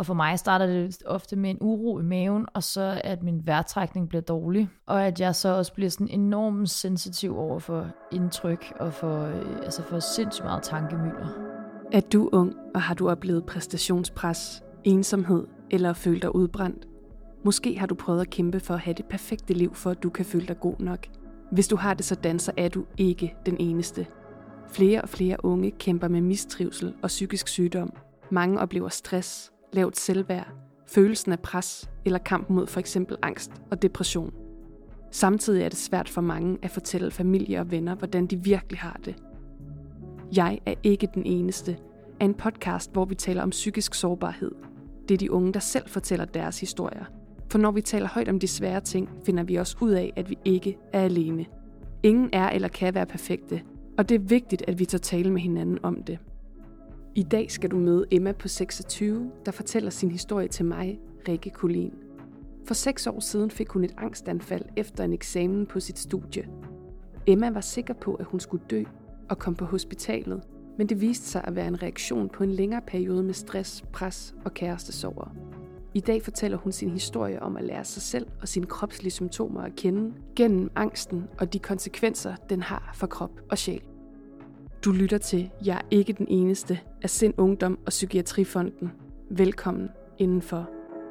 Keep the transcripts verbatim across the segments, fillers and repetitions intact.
Og for mig starter det ofte med en uro i maven, og så at min vejrtrækning bliver dårlig. Og at jeg så også bliver sådan enormt sensitiv over for indtryk og for, øh, altså for sindssygt meget tankemylder. Er du ung, og har du oplevet præstationspres, ensomhed eller følt dig udbrændt? Måske har du prøvet at kæmpe for at have det perfekte liv, for at du kan føle dig god nok. Hvis du har det sådan, så er du ikke den eneste. Flere og flere unge kæmper med mistrivsel og psykisk sygdom. Mange oplever stress, lavt selvværd, følelsen af pres eller kampen mod for eksempel angst og depression. Samtidig er det svært for mange at fortælle familie og venner, hvordan de virkelig har det. Jeg er ikke den eneste er en podcast, hvor vi taler om psykisk sårbarhed. Det er de unge, der selv fortæller deres historier. For når vi taler højt om de svære ting, finder vi også ud af, at vi ikke er alene. Ingen er eller kan være perfekte, og det er vigtigt, at vi tager tale med hinanden om det. I dag skal du møde Emma på seksogtyve, der fortæller sin historie til mig, Rikke Collin. For seks år siden fik hun et angstanfald efter en eksamen på sit studie. Emma var sikker på, at hun skulle dø og kom på hospitalet, men det viste sig at være en reaktion på en længere periode med stress, pres og kærestesorger. I dag fortæller hun sin historie om at lære sig selv og sine kropslige symptomer at kende gennem angsten og de konsekvenser, den har for krop og sjæl. Du lytter til Jeg er ikke den eneste af Sind, Ungdom og Psykiatrifonden. Velkommen indenfor.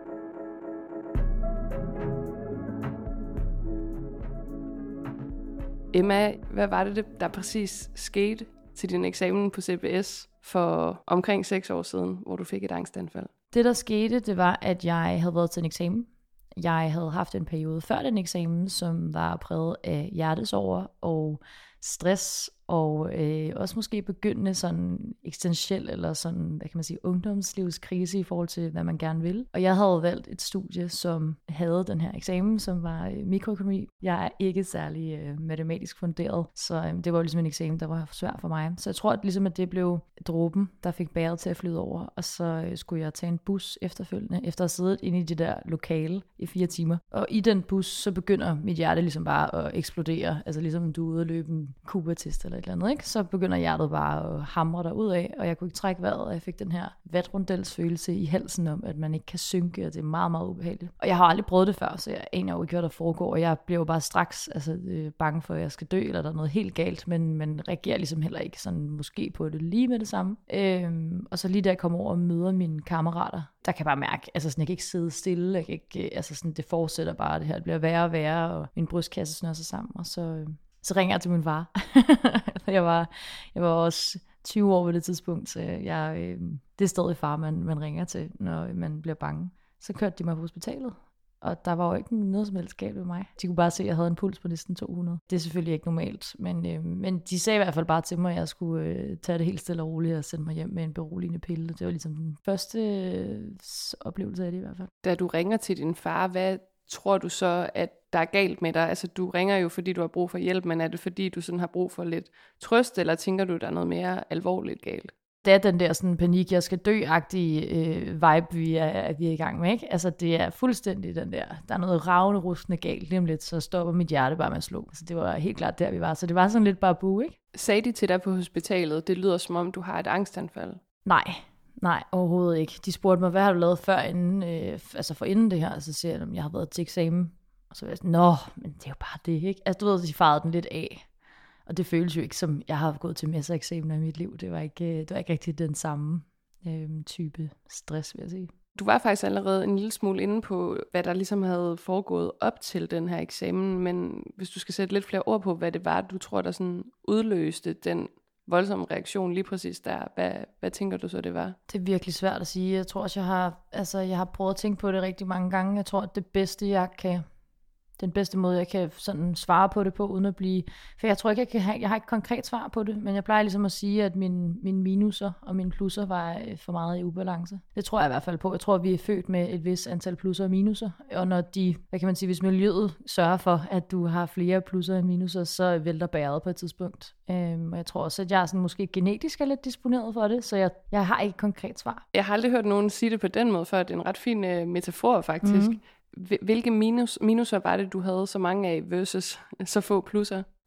Emma, hvad var det, der præcis skete til din eksamen på C B S for omkring seks år siden, hvor du fik et angstanfald? Det, der skete, det var, at jeg havde været til en eksamen. Jeg havde haft en periode før den eksamen, som var præget af hjertesorger og stress, og øh, også måske begyndende sådan eksistentiel eller sådan, hvad kan man sige, ungdomslivskrise i forhold til, hvad man gerne vil. Og jeg havde valgt et studie, som havde den her eksamen, som var øh, mikroøkonomi. Jeg er ikke særlig øh, matematisk funderet, så øh, det var ligesom en eksamen, der var svær for mig. Så jeg tror, at ligesom at det blev dråben, der fik bæret til at flyde over, og så øh, skulle jeg tage en bus efterfølgende, efter at have siddet inde i det der lokale i fire timer. Og i den bus, så begynder mit hjerte ligesom bare at eksplodere, altså ligesom du er ude at løbe en Cooper-test eller et eller andet, ikke? Så begynder hjertet bare at hamre der ud af, og jeg kunne ikke trække vejret, og jeg fik den her vatrundels følelse i halsen om, at man ikke kan synke, og det er meget, meget ubehageligt. Og jeg har aldrig prøvet det før, så jeg aner jo ikke, hvad der foregår, og jeg bliver jo bare straks altså, øh, bange for, at jeg skal dø, eller der er noget helt galt, men man reagerer ligesom heller ikke sådan måske på det lige med det samme. Øhm, og så lige da jeg kommer over og møder mine kammerater, der kan jeg bare mærke, altså sådan, jeg kan ikke sidde stille, jeg kan ikke, altså sådan, det fortsætter bare, det her det bliver værre og værre, og min brystkasse snører sig sammen, og så... Øh, Så ringer jeg til min far. jeg, var, jeg var også tyve år på det tidspunkt, så jeg, øh, det er stadig far, man, man ringer til, når man bliver bange. Så kørte de mig på hospitalet, og der var jo ikke noget som helst galt ved mig. De kunne bare se, at jeg havde en puls på næsten to hundrede. Det er selvfølgelig ikke normalt, men, øh, men de sagde i hvert fald bare til mig, at jeg skulle øh, tage det helt stille og roligt og sende mig hjem med en beroligende pille. Det var ligesom den første øh, oplevelse af det i hvert fald. Da du ringer til din far, hvad tror du så, at der er galt med dig? Altså, du ringer jo, fordi du har brug for hjælp, men er det fordi, du sådan har brug for lidt trøst, eller tænker du, der er noget mere alvorligt galt? Det er den der sådan panik, jeg skal dø-agtige øh, vibe, vi er, vi er i gang med, ikke? Altså, det er fuldstændig den der, der er noget ravne, rustende galt, lige om lidt, så stopper mit hjerte bare med at slå. Altså, det var helt klart der, vi var. Så det var sådan lidt bare bu, ikke? Sagde de til dig på hospitalet, det lyder som om, du har et angstanfald? Nej. Nej, overhovedet ikke. De spurgte mig, hvad har du lavet før inden, øh, altså for inden det her, så siger jeg, at jeg har været til eksamen. Og så var jeg sådan, nå, men det er jo bare det, ikke? Altså du ved, de farede den lidt af. Og det føles jo ikke som, jeg har gået til masser af eksamener i mit liv. Det var ikke, det var ikke rigtig den samme øh, type stress, vil jeg sige. Du var faktisk allerede en lille smule inde på, hvad der ligesom havde foregået op til den her eksamen. Men hvis du skal sætte lidt flere ord på, hvad det var, du tror, der sådan udløste den voldsom reaktion lige præcis der. Hvad, hvad tænker du så, det var? Det er virkelig svært at sige. Jeg tror også, jeg har, altså, jeg har prøvet at tænke på det rigtig mange gange. Jeg tror, at det bedste, jeg kan, den bedste måde, jeg kan sådan svare på det på, uden at blive... For jeg tror ikke, jeg kan have, jeg har ikke konkret svar på det, men jeg plejer ligesom at sige, at mine, mine minuser og mine plusser var for meget i ubalance. Det tror jeg i hvert fald på. Jeg tror, at vi er født med et vis antal plusser og minuser, og når de, hvad kan man sige, hvis miljøet sørger for, at du har flere plusser end minuser, så vælter bæret på et tidspunkt. Øhm, og jeg tror også, at jeg er sådan måske genetisk er lidt disponeret for det, så jeg, jeg har ikke et konkret svar. Jeg har aldrig hørt nogen sige det på den måde før. Det er en ret fin uh, metafor, faktisk. Mm-hmm. Hvilke minus, minuser var det, du havde så mange af versus så få plusser?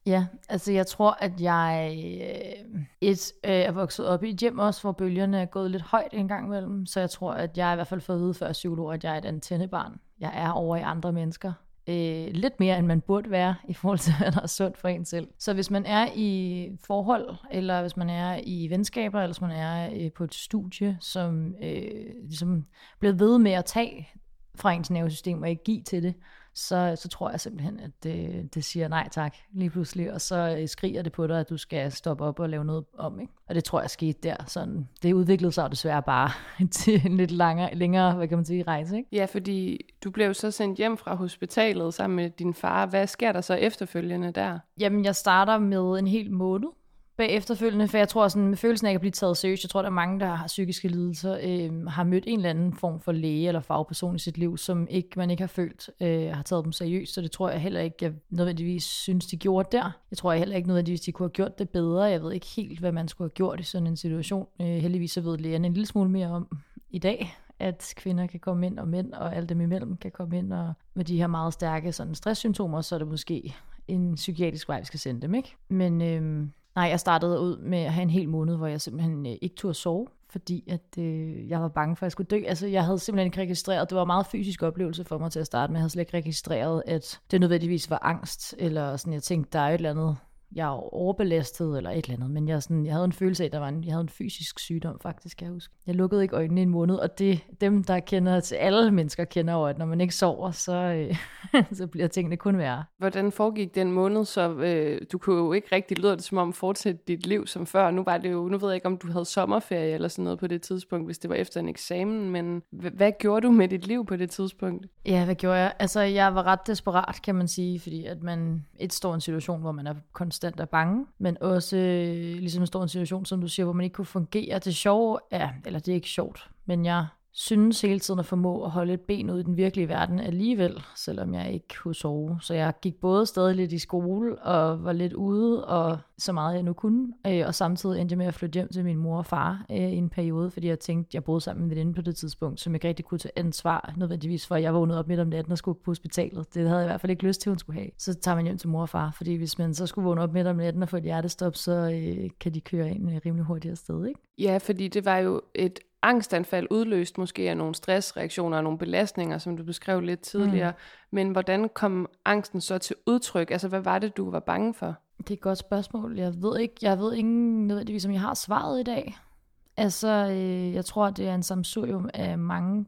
Ja, altså jeg tror, at jeg øh, et, øh, er vokset op i et hjem også, hvor bølgerne er gået lidt højt en gang imellem. Så jeg tror, at jeg i hvert fald får at vide før psykolog, at jeg er et antennebarn. Jeg er over i andre mennesker. Øh, lidt mere, end man burde være, i forhold til, hvad der er sundt for en selv. Så hvis man er i forhold, eller hvis man er i venskaber, eller hvis man er øh, på et studie, som øh, ligesom bliver ved med at tage fra ens nervesystem og ikke give til det, så, så tror jeg simpelthen, at det, det siger nej tak lige pludselig, og så skriger det på dig, at du skal stoppe op og lave noget om, ikke? Og det tror jeg skete der. Sådan, det udviklede sig desværre bare til en lidt længere, længere, hvad kan man sige, rejse, ikke? Ja, fordi du blev så sendt hjem fra hospitalet sammen med din far. Hvad sker der så efterfølgende der? Jamen, jeg starter med en hel måned bag efterfølgende, for jeg tror sådan, med følelsen af ikke at blive taget seriøst, jeg tror, der er mange, der har psykiske lidelser, øh, har mødt en eller anden form for læge eller fagperson i sit liv, som ikke, man ikke har følt øh, har taget dem seriøst, så det tror jeg heller ikke, jeg nødvendigvis synes, de gjorde der. Jeg tror jeg heller ikke nødvendigvis, de kunne have gjort det bedre. Jeg ved ikke helt, hvad man skulle have gjort i sådan en situation. Øh, heldigvis så ved lægerne en lille smule mere om i dag, at kvinder kan komme ind, og mænd og alt dem imellem kan komme ind, og med de her meget stærke sådan stresssymptomer, så er det måske en psykiatrisk vej, vi skal sende dem, ikke? Men øh, nej, jeg startede ud med at have en hel måned, hvor jeg simpelthen øh, ikke turde sove, fordi at, øh, jeg var bange for, at jeg skulle dø. Altså, jeg havde simpelthen ikke registreret, det var en meget fysisk oplevelse for mig til at starte, men jeg havde slet ikke registreret, at det nødvendigvis var angst, eller sådan, jeg tænkte, der er et eller andet, jeg er overbelastet, eller et eller andet, men jeg, sådan, jeg havde en følelse af, at der var en, jeg havde en fysisk sygdom, faktisk, kan jeg huske. Jeg lukkede ikke øjnene i en måned, og det, dem, der kender til alle mennesker, kender over, at når man ikke sover, så, øh, så bliver tingene kun værre. Hvordan foregik den måned, så øh, du kunne jo ikke rigtig lyde det som om fortsætte dit liv som før. Nu var det jo, nu ved jeg ikke, om du havde sommerferie eller sådan noget på det tidspunkt, hvis det var efter en eksamen, men h- hvad gjorde du med dit liv på det tidspunkt? Ja, hvad gjorde jeg? Altså, jeg var ret desperat, kan man sige, fordi at man et står i en situation, hvor man er konstant er bange, men også øh, ligesom står i en situation, som du siger, hvor man ikke kunne fungere. Det sjove er, eller det er ikke sjovt, men jeg synes hele tiden at formå at holde et ben ud i den virkelige verden alligevel, selvom jeg ikke kunne sove. Så jeg gik både stadig lidt i skole og var lidt ude, og så meget jeg nu kunne, øh, og samtidig endte jeg med at flytte hjem til min mor og far øh, i en periode, fordi jeg tænkte, jeg boede sammen med en veninde på det tidspunkt, som jeg ikke rigtig kunne tage ansvar nødvendigvis for, at jeg vågnede op midt om natten og skulle på hospitalet. Det havde jeg i hvert fald ikke lyst til, hun skulle have. Så tager man hjem til mor og far, fordi hvis man så skulle vågne op midt om natten og få et hjertestop, så øh, kan de køre ind øh, rimelig hurtigt afsted, ikke? Ja, fordi det var jo et angstanfald udløst måske af nogle stressreaktioner og nogle belastninger, som du beskrev lidt tidligere. Mm. Men hvordan kom angsten så til udtryk? Altså, hvad var det, du var bange for? Det er et godt spørgsmål. Jeg ved ikke, jeg ved ikke nødvendigvis, om jeg har svaret i dag. Altså, øh, jeg tror, det er en sammensurium af mange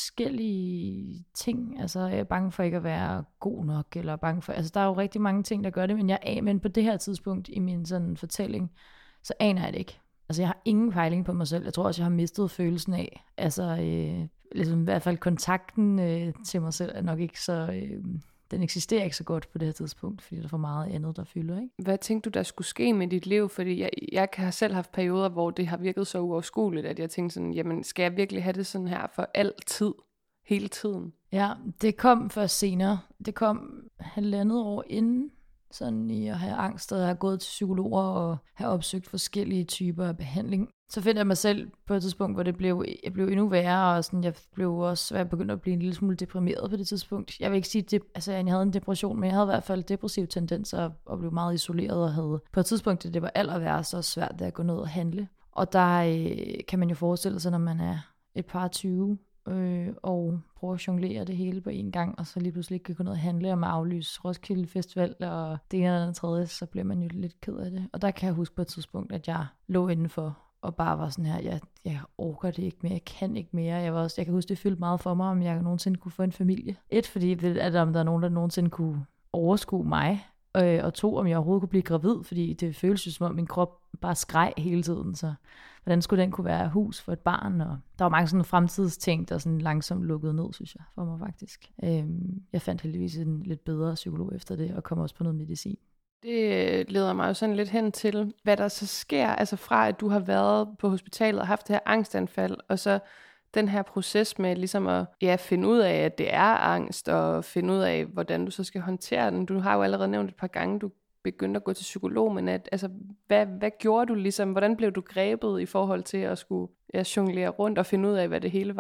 forskellige ting. Altså, jeg er bange for ikke at være god nok, eller bange for... Altså, der er jo rigtig mange ting, der gør det, men jeg er, men på det her tidspunkt i min sådan fortælling, så aner jeg det ikke. Altså, jeg har ingen pejling på mig selv. Jeg tror også, jeg har mistet følelsen af, altså, øh, ligesom i hvert fald kontakten øh, til mig selv er nok ikke så... Øh, den eksisterer ikke så godt på det her tidspunkt, fordi der er for meget andet, der fylder, ikke? Hvad tænkte du, der skulle ske med dit liv? Fordi jeg, jeg har selv haft perioder, hvor det har virket så uoverskueligt, at jeg tænkte sådan, jamen, skal jeg virkelig have det sådan her for altid? Hele tiden? Ja, det kom først senere. Det kom halvandet år inden, sådan i at have angst, og have gået til psykologer og have opsøgt forskellige typer af behandling. Så finder jeg mig selv på et tidspunkt, hvor det blev, jeg blev endnu værre, og sådan, jeg blev også jeg begyndte at blive en lille smule deprimeret på det tidspunkt. Jeg vil ikke sige, at altså, jeg havde en depression, men jeg havde i hvert fald depressive tendenser og blev meget isoleret og havde på et tidspunkt, det var aller værre, så svært at gå ned og handle. Og der øh, kan man jo forestille sig, når man er et par tyve, Øh, og prøve at jonglere det hele på en gang, og så lige pludselig ikke kan gå ned og handle og aflyse Roskilde Festival, og det ene eller andet tredje, så bliver man jo lidt ked af det. Og der kan jeg huske på et tidspunkt, at jeg lå indenfor, og bare var sådan her, jeg, jeg orker det ikke mere, jeg kan ikke mere. Jeg, var også, jeg kan huske, det fyldte meget for mig, om jeg nogensinde kunne få en familie. Et, fordi at om der er nogen, der nogensinde kunne overskue mig, øh, og to, om jeg overhovedet kunne blive gravid, fordi det føles som om min krop bare skreg hele tiden, så hvordan skulle den kunne være hus for et barn? Og der var mange sådan fremtidsting, der sådan langsomt lukkede ned, synes jeg, for mig faktisk. Øhm, jeg fandt heldigvis en lidt bedre psykolog efter det, og kom også på noget medicin. Det leder mig jo sådan lidt hen til, hvad der så sker, altså fra at du har været på hospitalet og haft det her angstanfald, og så den her proces med ligesom at ja, finde ud af, at det er angst, og finde ud af, hvordan du så skal håndtere den. Du har jo allerede nævnt et par gange, du begyndte at gå til psykolog, men at, altså, hvad, hvad gjorde du ligesom? Hvordan blev du grebet i forhold til at skulle ja, jonglere rundt og finde ud af, hvad det hele var?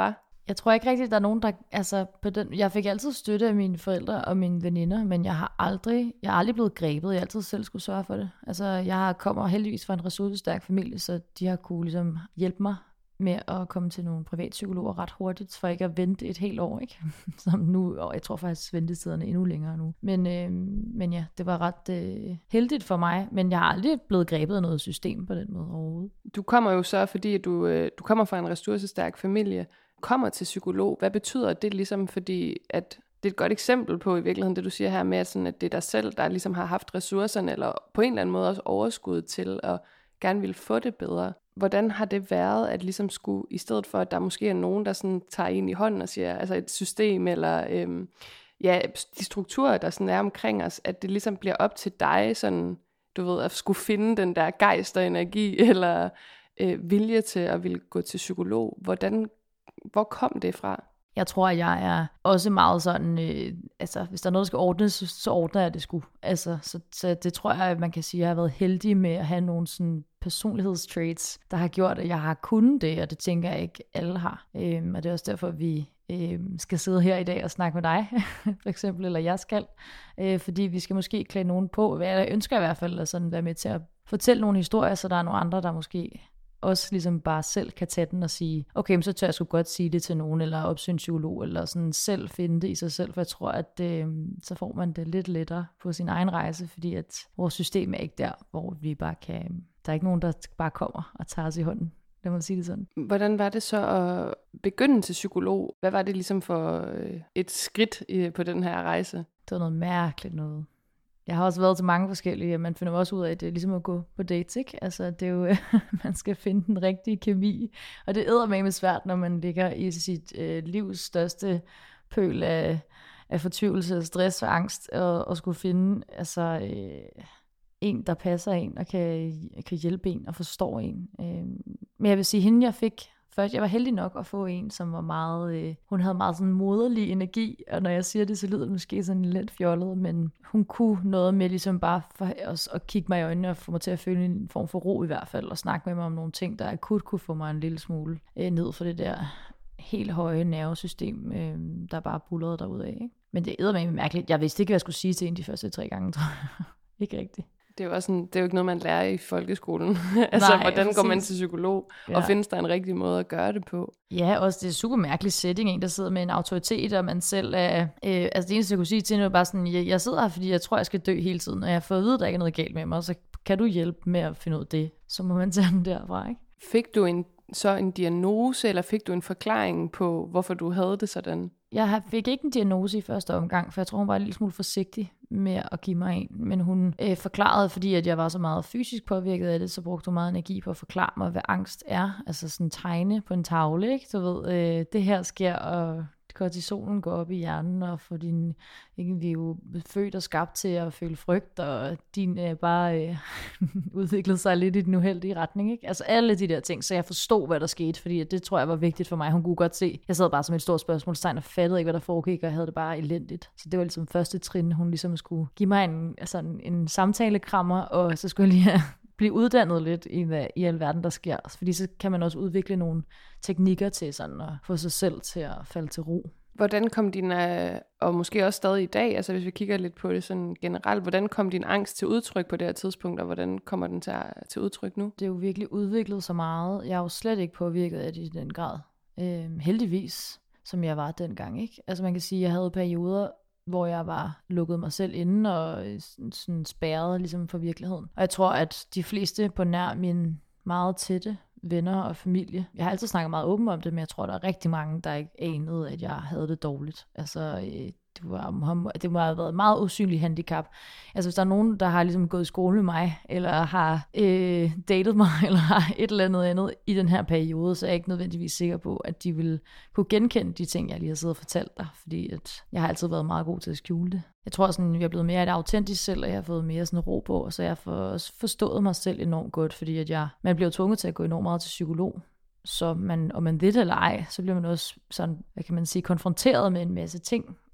Jeg tror ikke rigtigt, der er nogen, der... Altså, på den, jeg fik altid støtte af mine forældre og mine veninder, men jeg har aldrig, jeg er aldrig blevet grebet. Jeg har altid selv skulle sørge for det. Altså, jeg kommer heldigvis fra en ressourcestærk familie, så de har kunne ligesom hjælpe mig med at komme til nogle privatpsykologer ret hurtigt, for ikke at vente et helt år, ikke? Som nu, og jeg tror faktisk, ventetiderne er endnu længere nu. Men, øh, men ja, det var ret øh, heldigt for mig, men jeg har aldrig blevet grebet af noget system på den måde overhovedet. Du kommer jo så, fordi du, øh, du kommer fra en ressourcestærk familie, kommer til psykolog. Hvad betyder det ligesom, fordi at det er et godt eksempel på i virkeligheden, det du siger her med, at, sådan, at det er dig selv, der ligesom har haft ressourcerne, eller på en eller anden måde også overskud til at gerne vil få det bedre. Hvordan har det været, at ligesom skulle, i stedet for, at der måske er nogen, der sådan tager en i hånden og siger, altså et system, eller øhm, ja, de strukturer, der sådan er omkring os, at det ligesom bliver op til dig, sådan, du ved, at skulle finde den der gejst og energi, eller øh, vilje til at ville gå til psykolog. Hvordan, hvor kom det fra? Jeg tror, at jeg er også meget sådan, øh, altså hvis der er noget, der skal ordnes, så, så ordner jeg det sgu. Altså, så, så det tror jeg, at man kan sige, at jeg har været heldig med at have nogle sådan personlighedstraits, der har gjort, at jeg har kunnet det, og det tænker jeg ikke, alle har. Øhm, og det er også derfor, at vi øh, skal sidde her i dag og snakke med dig, for eksempel, eller jeg skal, øh, fordi vi skal måske klæde nogen på, hvad jeg ønsker i hvert fald, at sådan være med til at fortælle nogle historier, så der er nogle andre, der måske også ligesom bare selv kan tage den og sige, okay, så tør jeg sgu godt sige det til nogen, eller opsøge en psykolog, eller sådan selv finde det i sig selv, for jeg tror, at øh, så får man det lidt lettere på sin egen rejse, fordi at vores system er ikke der, hvor vi bare kan, der er ikke nogen, der bare kommer og tager os i hånden. Lad mig sige det sådan. Hvordan var det så at begynde til psykolog? Hvad var det ligesom for et skridt på den her rejse? Det var noget mærkeligt noget. Jeg har også været til mange forskellige, og man finder også ud af, at det er ligesom at gå på dates, ikke? Altså, det er jo, man skal finde den rigtige kemi, og det eddermame svært, når man ligger i sit øh, livs største pøl af, af fortvivlelse, stress og angst, og, og skulle finde altså, øh, en, der passer en, og kan, kan hjælpe en, og forstår en. Øh, men jeg vil sige, hende jeg fik først, jeg var heldig nok at få en, som var meget, øh, hun havde meget sådan moderlig energi, og når jeg siger det, så lyder det måske sådan lidt fjollet, men hun kunne noget med ligesom bare for os at kigge mig i øjnene og få mig til at føle en form for ro i hvert fald, og snakke med mig om nogle ting, der akut kunne få mig en lille smule øh, ned for det der helt høje nervesystem, øh, der bare bullerede derudad, ikke? Men det er eddermame mærkeligt. Jeg vidste ikke, hvad jeg skulle sige til en de første tre gange, tror jeg. Ikke rigtigt. Det er jo også sådan, det er jo ikke noget, man lærer i folkeskolen. altså, Nej, hvordan præcis. går man til psykolog, ja. Og findes der en rigtig måde at gøre det på? Ja, også det er super mærkelig setting, en der sidder med en autoritet, og man selv er, øh, altså det eneste, jeg kunne sige til hende, var bare sådan, jeg, jeg sidder her, fordi jeg tror, jeg skal dø hele tiden, og jeg har fået at vide, at der ikke er noget galt med mig, så kan du hjælpe med at finde ud af det, så må man tage den derfra, ikke? Fik du en, så en diagnose, eller fik du en forklaring på, hvorfor du havde det sådan? Jeg fik ikke en diagnose i første omgang, for jeg tror, hun var en lille smule forsigtig med at give mig en. Men hun øh, forklarede, fordi at jeg var så meget fysisk påvirket af det, så brugte hun meget energi på at forklare mig, hvad angst er. Altså sådan tegne på en tavle, ikke? Du ved, øh, det her sker, og kortisolen går op i hjernen, og for din, ikke, vi er jo født og skabt til at føle frygt, og din øh, bare øh, udviklede sig lidt i den uheldige retning, ikke? Altså alle de der ting, så jeg forstod, hvad der skete, fordi det tror jeg var vigtigt for mig. Hun kunne godt se, jeg sad bare som et stort spørgsmålstegn og fattede ikke, hvad der foregik, og jeg havde det bare elendigt. Så det var ligesom første trin, hun ligesom skulle give mig en, altså en, en samtalekrammer, og så skulle jeg lige have blive uddannet lidt i, hvad i alverden der sker. Fordi så kan man også udvikle nogle teknikker til sådan at få sig selv til at falde til ro. Hvordan kom din, og måske også stadig i dag, altså hvis vi kigger lidt på det sådan generelt, hvordan kom din angst til udtryk på det her tidspunkt, og hvordan kommer den til, til udtryk nu? Det er jo virkelig udviklet så meget. Jeg er jo slet ikke påvirket af det i den grad. Øhm, heldigvis, som jeg var dengang, ikke? Altså man kan sige, at jeg havde perioder, hvor jeg var lukket mig selv inde og sådan spærret ligesom for virkeligheden. Og jeg tror, at de fleste på nær mine meget tætte venner og familie, jeg har altid snakket meget åbent om det, men jeg tror, der er rigtig mange, der ikke anede, at jeg havde det dårligt. Altså, det var, det må have været et meget usynligt handicap. Altså, hvis der er nogen, der har ligesom gået i skole med mig, eller har øh, datet mig, eller har et eller andet andet i den her periode, så er jeg ikke nødvendigvis sikker på, at de vil kunne genkende de ting, jeg lige har siddet og fortalt dig, fordi at jeg har altid været meget god til at skjule det. Jeg tror, sådan, jeg er blevet mere et autentisk selv, og jeg har fået mere sådan ro på, så jeg har også forstået mig selv enormt godt, fordi at jeg, man bliver tvunget til at gå enormt meget til psykolog. Så man, om man ved det eller ej, så bliver man også sådan, hvad kan man sige, konfronteret med en masse ting,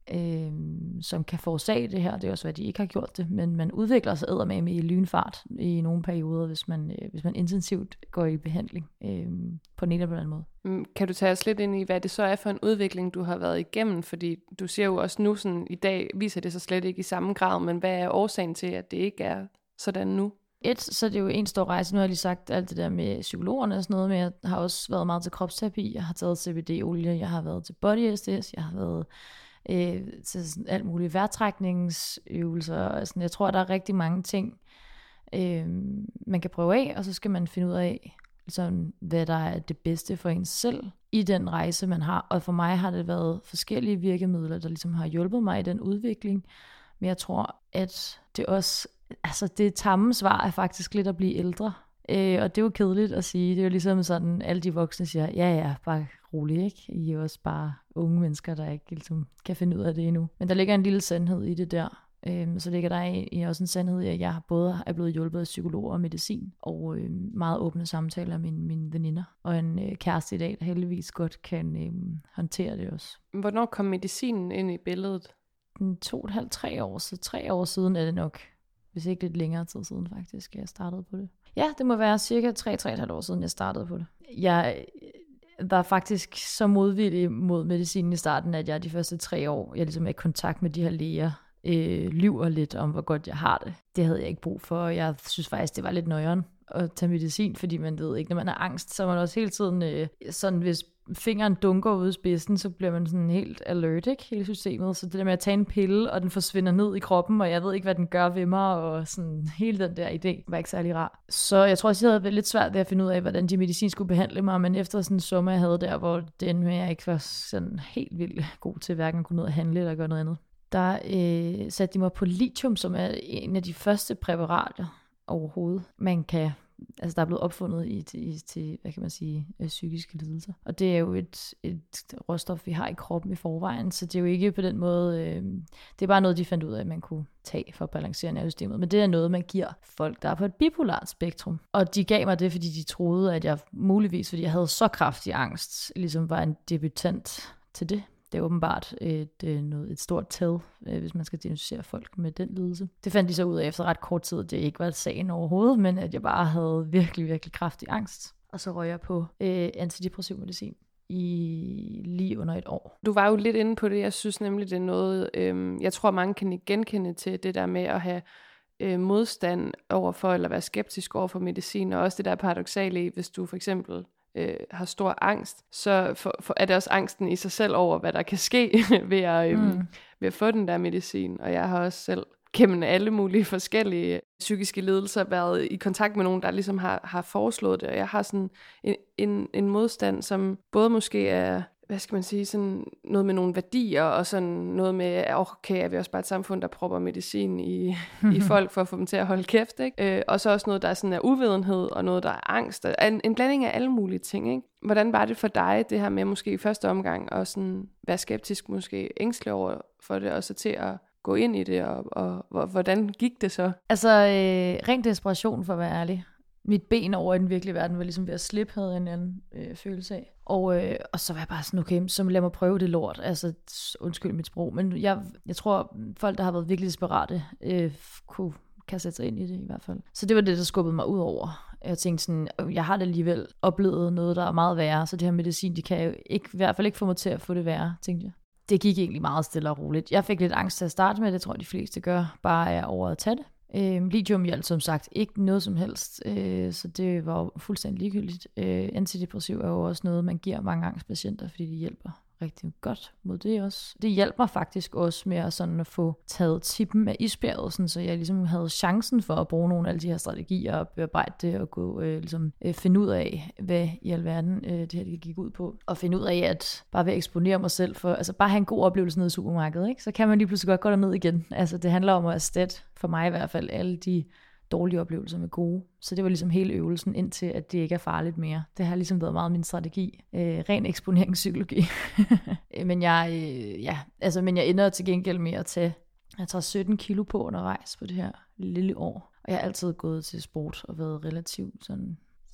øh, som kan forårsage det her. Det er også, hvad de ikke har gjort det, men man udvikler sig eddermame i lynfart i nogle perioder, hvis man, øh, hvis man intensivt går i behandling øh, på den ene eller anden måde. Kan du tage os lidt ind i, hvad det så er for en udvikling, du har været igennem? Fordi du siger jo også nu, sådan, i dag viser det sig slet ikke i samme grad, men hvad er årsagen til, at det ikke er sådan nu? Et, så er det jo en stor rejse. Nu har jeg lige sagt alt det der med psykologerne og sådan noget, men jeg har også været meget til kropsterapi. Jeg har taget C B D-olie, jeg har været til body S D S, jeg har været øh, til sådan alt muligt vejrtrækningsøvelser. Og sådan. Jeg tror, der er rigtig mange ting, øh, man kan prøve af, og så skal man finde ud af, ligesom, hvad der er det bedste for en selv i den rejse, man har. Og for mig har det været forskellige virkemidler, der ligesom har hjulpet mig i den udvikling. Men jeg tror, at det også, altså det tamme svar er faktisk lidt at blive ældre. Øh, og det er jo kedeligt at sige. Det er jo ligesom sådan, alle de voksne siger, ja ja, bare rolig, ikke? I er også bare unge mennesker, der ikke ligesom kan finde ud af det endnu. Men der ligger en lille sandhed i det der. Øhm, så ligger der i, også en sandhed i, at jeg både er blevet hjulpet af psykologer og medicin, og øh, meget åbne samtaler med mine, mine veninder, og en øh, kæreste i dag, der heldigvis godt kan øh, håndtere det også. Hvornår kom medicinen ind i billedet? To og et halvt, tre år, så tre år siden er det nok, hvis ikke lidt længere tid siden faktisk, jeg startede på det. Ja, det må være cirka tre, tre og et halvt år siden, jeg startede på det. Jeg var faktisk så modvillig mod medicinen i starten, at jeg de første tre år, jeg ligesom er i kontakt med de her læger, øh, lyver lidt om, hvor godt jeg har det. Det havde jeg ikke brug for, og jeg synes faktisk, det var lidt nøjeren at tage medicin, fordi man ved ikke, når man har angst, så er man også hele tiden øh, sådan, hvis fingeren dunker ud i spidsen, så bliver man sådan helt alert, ikke? Hele systemet. Så det der med at tage en pille, og den forsvinder ned i kroppen, og jeg ved ikke, hvad den gør ved mig, og sådan hele den der idé var ikke særlig rar. Så jeg tror også, jeg havde været lidt svært ved at finde ud af, hvordan de medicin skulle behandle mig, men efter sådan en sommer, jeg havde der, hvor den med jeg ikke var sådan helt vildt god til, hverken at gå ned og handle eller gøre noget andet, der øh, satte de mig på lithium, som er en af de første præparater overhovedet, man kan, altså der er blevet opfundet i, i, til, hvad kan man sige, psykiske lidelser. Og det er jo et, et råstof, vi har i kroppen i forvejen, så det er jo ikke på den måde, øh, det er bare noget, de fandt ud af, at man kunne tage for at balancere nervesystemet. Men det er noget, man giver folk, der er på et bipolart spektrum. Og de gav mig det, fordi de troede, at jeg muligvis, fordi jeg havde så kraftig angst, ligesom var en debutant til det. Det er åbenbart et, et, noget, et stort tal, hvis man skal diagnosticere folk med den lidelse. Det fandt de så ud af efter ret kort tid, at det ikke var sagen overhovedet, men at jeg bare havde virkelig, virkelig kraftig angst. Og så røg jeg på øh, antidepressiv medicin i lige under et år. Du var jo lidt inde på det. Jeg synes nemlig, det er noget, øh, jeg tror mange kan genkende til det der med at have øh, modstand overfor, eller være skeptisk overfor medicin, og også det der paradoksale i, hvis du for eksempel Øh, har stor angst, så for, for er det også angsten i sig selv over, hvad der kan ske ved, at, øhm, mm. ved at få den der medicin. Og jeg har også selv gennem alle mulige forskellige psykiske lidelser været i kontakt med nogen, der ligesom har, har foreslået det. Og jeg har sådan en, en, en modstand, som både måske er, hvad skal man sige, sådan noget med nogle værdier, og sådan noget med, okay, er vi også bare et samfund, der propper medicin i, i folk, for at få dem til at holde kæft, ikke? Øh, og så også noget, der er sådan er uvidenhed, og noget, der er angst, og en, en blanding af alle mulige ting, ikke? Hvordan var det for dig, det her med måske i første omgang, og sådan være skeptisk, måske ængstelig over for det, og så til at gå ind i det, og, og, og hvordan gik det så? Altså, øh, ren desperation for at være ærlig. Mit ben over i den virkelige verden var ligesom ved at slippe, havde en anden øh, følelse af. Og, øh, og så var jeg bare sådan, okay, så lad mig prøve det lort. Altså, undskyld mit sprog. Men jeg, jeg tror, folk, der har været virkelig desperate, øh, kunne, kan sætte sig ind i det i hvert fald. Så det var det, der skubbede mig ud over. Jeg tænkte sådan, jeg har det alligevel oplevet noget, der er meget værre. Så det her medicin, de kan jo ikke, i hvert fald ikke få mig til at få det værre, tænkte jeg. Det gik egentlig meget stille og roligt. Jeg fik lidt angst til at starte med, det tror jeg, de fleste gør, bare er over at tage det. Øh, lithium hjalp som sagt ikke noget som helst, øh, så det var jo fuldstændig ligegyldigt. Øh, antidepressiv er jo også noget, man giver mange angstpatienter, fordi de hjælper rigtig godt mod det også. Det hjalp mig faktisk også med at, sådan at få taget tippen af isbjerget, sådan, så jeg ligesom havde chancen for at bruge nogle af alle de her strategier og bearbejde det og gå, øh, ligesom, øh, finde ud af, hvad i alverden øh, det her det gik ud på. Og finde ud af, at bare ved at eksponere mig selv for, altså bare have en god oplevelse nede i supermarkedet, ikke? Så kan man lige pludselig godt gå derned igen. Altså det handler om at erstatte, for mig i hvert fald, alle de dårlige oplevelser med gode. Så det var ligesom hele øvelsen, indtil at det ikke er farligt mere. Det har ligesom været meget min strategi. Øh, ren eksponeringspsykologi. men, jeg, øh, ja, altså, men jeg ender til gengæld med at tage, jeg tager sytten kilo på undervejs på det her lille år. Og jeg har altid gået til sport og været relativt sådan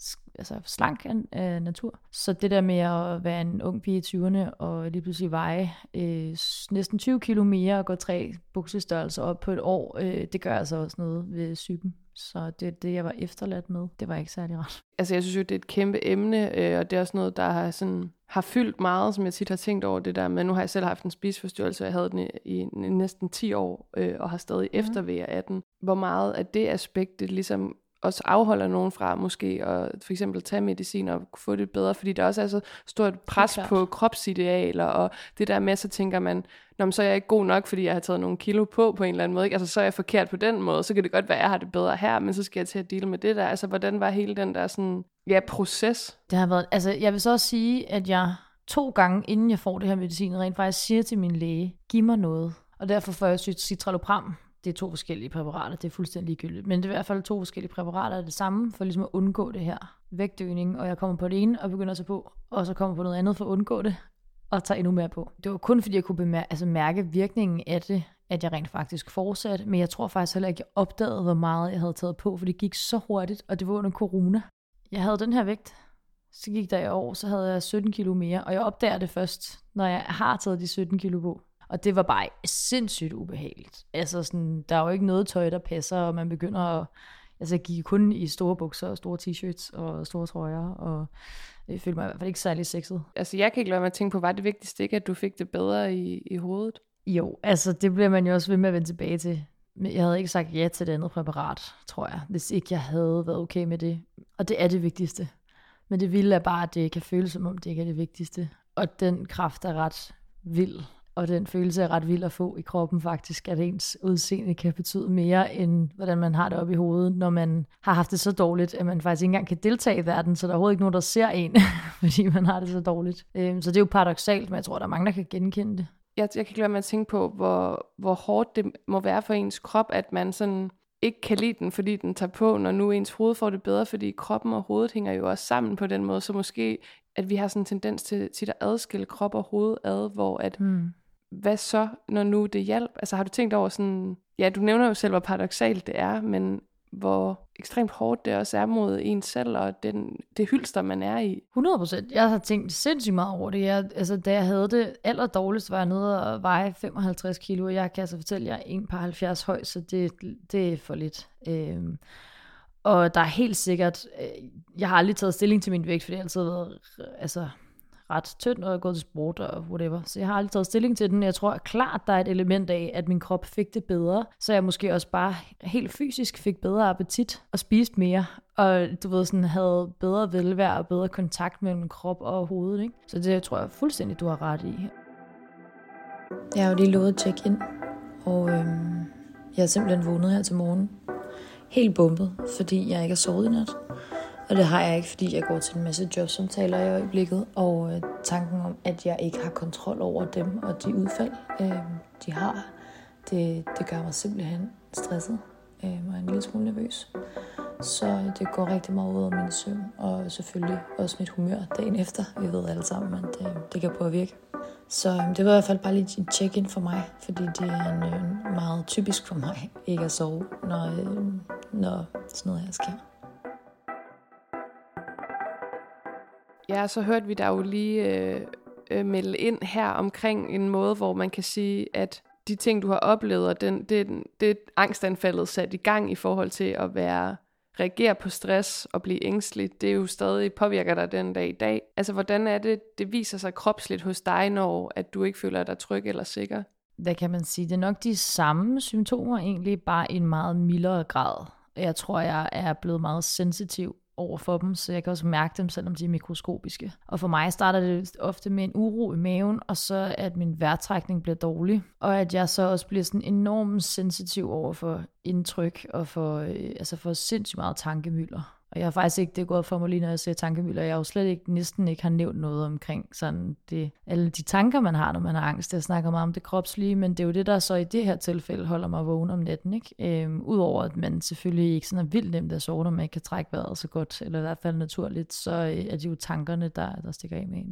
altså slank af, af natur. Så det der med at være en ung pige i tyverne og lige pludselig veje øh, næsten tyve kilo mere og gå tre buksestørrelser op på et år, øh, det gør altså også noget ved psyken. Så det er det, jeg var efterladt med. Det var ikke særlig rart. Altså jeg synes jo, det er et kæmpe emne, øh, og det er også noget, der har, sådan, har fyldt meget, som jeg tit har tænkt over det der. Men nu har jeg selv haft en spiseforstyrrelse, og jeg havde den i, i næsten ti år, øh, og har stadig mm. eftervejer af den. Hvor meget af det aspekt, det ligesom også afholder nogen fra måske at for eksempel tage medicin og få det bedre, fordi der også er så stort pres på kropsidealer, og det der med, så tænker man, nå, så er jeg ikke god nok, fordi jeg har taget nogle kilo på på en eller anden måde, ikke? Altså så er jeg forkert på den måde, så kan det godt være, at jeg har det bedre her, men så skal jeg til at deale med det der. Altså hvordan var hele den der sådan, ja, proces? Det har været, altså jeg vil så også sige, at jeg to gange, inden jeg får det her medicin, rent faktisk siger til min læge, giv mig noget, og derfor får jeg citralopram. Det er to forskellige præparater, det er fuldstændig ligegyldigt. Men det er i hvert fald to forskellige præparater af det samme, for ligesom at undgå det her vægtøgning. Og jeg kommer på det ene og begynder at tage på, og så kommer på noget andet for at undgå det, og tager endnu mere på. Det var kun fordi, jeg kunne bemærke, altså mærke virkningen af det, at jeg rent faktisk fortsatte. Men jeg tror faktisk heller ikke, jeg opdagede, hvor meget jeg havde taget på, for det gik så hurtigt, og det var under corona. Jeg havde den her vægt, så gik der i år, så havde jeg sytten kilo mere, og jeg opdager det først, når jeg har taget de sytten kilo på. Og det var bare sindssygt ubehageligt. Altså sådan, der er jo ikke noget tøj, der passer, og man begynder at... Altså jeg gik kun i store bukser og store t-shirts og store trøjer, og jeg følte mig i hvert fald ikke særlig sexet. Altså jeg kan ikke lade mig at tænke på, var det vigtigste ikke, at du fik det bedre i, i hovedet? Jo, altså det bliver man jo også ved med at vende tilbage til. Men jeg havde ikke sagt ja til det andet præparat, tror jeg, hvis ikke jeg havde været okay med det. Og det er det vigtigste. Men det vilde er bare, at det kan føles som om, det ikke er det vigtigste. Og den kraft er ret vild. Og den følelse er ret vild at få i kroppen faktisk, at ens udseende kan betyde mere, end hvordan man har det oppe i hovedet, når man har haft det så dårligt, at man faktisk ikke engang kan deltage i verden, så der er overhovedet ikke nogen, der ser en, fordi man har det så dårligt. Så det er jo paradoksalt, men jeg tror, der er mange, der kan genkende det. Jeg, jeg kan ikke lade mig at tænke på, hvor, hvor hårdt det må være for ens krop, at man sådan ikke kan lide den, fordi den tager på, når nu ens hoved får det bedre, fordi kroppen og hovedet hænger jo også sammen på den måde, så måske, at vi har sådan en tendens til, til at adskille krop og hoved ad, hvor at hmm. hvad så, når nu det hjælp? Altså har du tænkt over sådan, ja, du nævner jo selv, hvor paradoksalt det er, men hvor ekstremt hårdt det også er mod en selv, og den, det hylster, man er i. hundrede procent. Jeg har tænkt sindssygt meget over det. Jeg, altså, da jeg havde det aller dårligst, var jeg nede og veje femoghalvtreds kilo, og jeg kan altså fortælle, at jeg er en par halvfjerds høj, så det, det er for lidt. Øhm, og der er helt sikkert, øh, jeg har aldrig taget stilling til min vægt, fordi jeg altid har været, altså... ret tynd, og jeg er gået til sport og whatever. Så jeg har aldrig taget stilling til den. Jeg tror klart, der er et element af, at min krop fik det bedre, så jeg måske også bare helt fysisk fik bedre appetit og spiste mere. Og du ved, sådan havde bedre velvære og bedre kontakt mellem krop og hovedet, ikke? Så det tror jeg fuldstændig, du har ret i. Jeg har jo lige lovet at tjekke ind, og øhm, jeg er simpelthen vågnet her til morgen. Helt bumpet, fordi jeg ikke har sovet i nat. Og det har jeg ikke, fordi jeg går til en masse jobsamtaler i øjeblikket, og øh, tanken om, at jeg ikke har kontrol over dem og de udfald, øh, de har, det, det gør mig simpelthen stresset øh, og en lille smule nervøs. Så det går rigtig meget ud af min søvn, og selvfølgelig også mit humør dagen efter. Vi ved alle sammen, at det, det kan påvirke. Så øh, det var i hvert fald bare lige et check-in for mig, fordi det er en, øh, meget typisk for mig ikke at sove, når, øh, når sådan noget her sker. Ja, så hørte vi dig jo lige øh, øh, melde ind her omkring en måde, hvor man kan sige, at de ting, du har oplevet, og den, det, det angstanfaldet sat i gang i forhold til at være reagere på stress og blive ængstelig, det er jo stadig påvirker dig den dag i dag. Altså, hvordan er det, det viser sig kropsligt hos dig, når at du ikke føler dig tryg eller sikker? Hvad kan man sige? Det er nok de samme symptomer, egentlig bare i en meget mildere grad. Jeg tror, jeg er blevet meget sensitiv over for dem, så jeg kan også mærke dem, selvom de er mikroskopiske. Og for mig starter det ofte med en uro i maven, og så at min vejrtrækning bliver dårlig, og at jeg så også bliver sådan enormt sensitiv over for indtryk, og for, øh, altså for sindssygt meget tankemylder. Og jeg har faktisk ikke det gået for mig lige, når jeg ser tankemylder. Jeg har jo slet ikke, næsten ikke har nævnt noget omkring sådan det, alle de tanker, man har, når man har angst. Jeg snakker meget om det kropslige, men det er jo det, der så i det her tilfælde holder mig vågen om natten. Ikke? Øhm, Udover at man selvfølgelig ikke sådan er vildt nemt at sove, når man ikke kan trække vejret så godt, eller i hvert fald naturligt, så øh, er det jo tankerne, der, der stikker af med en. Ikke?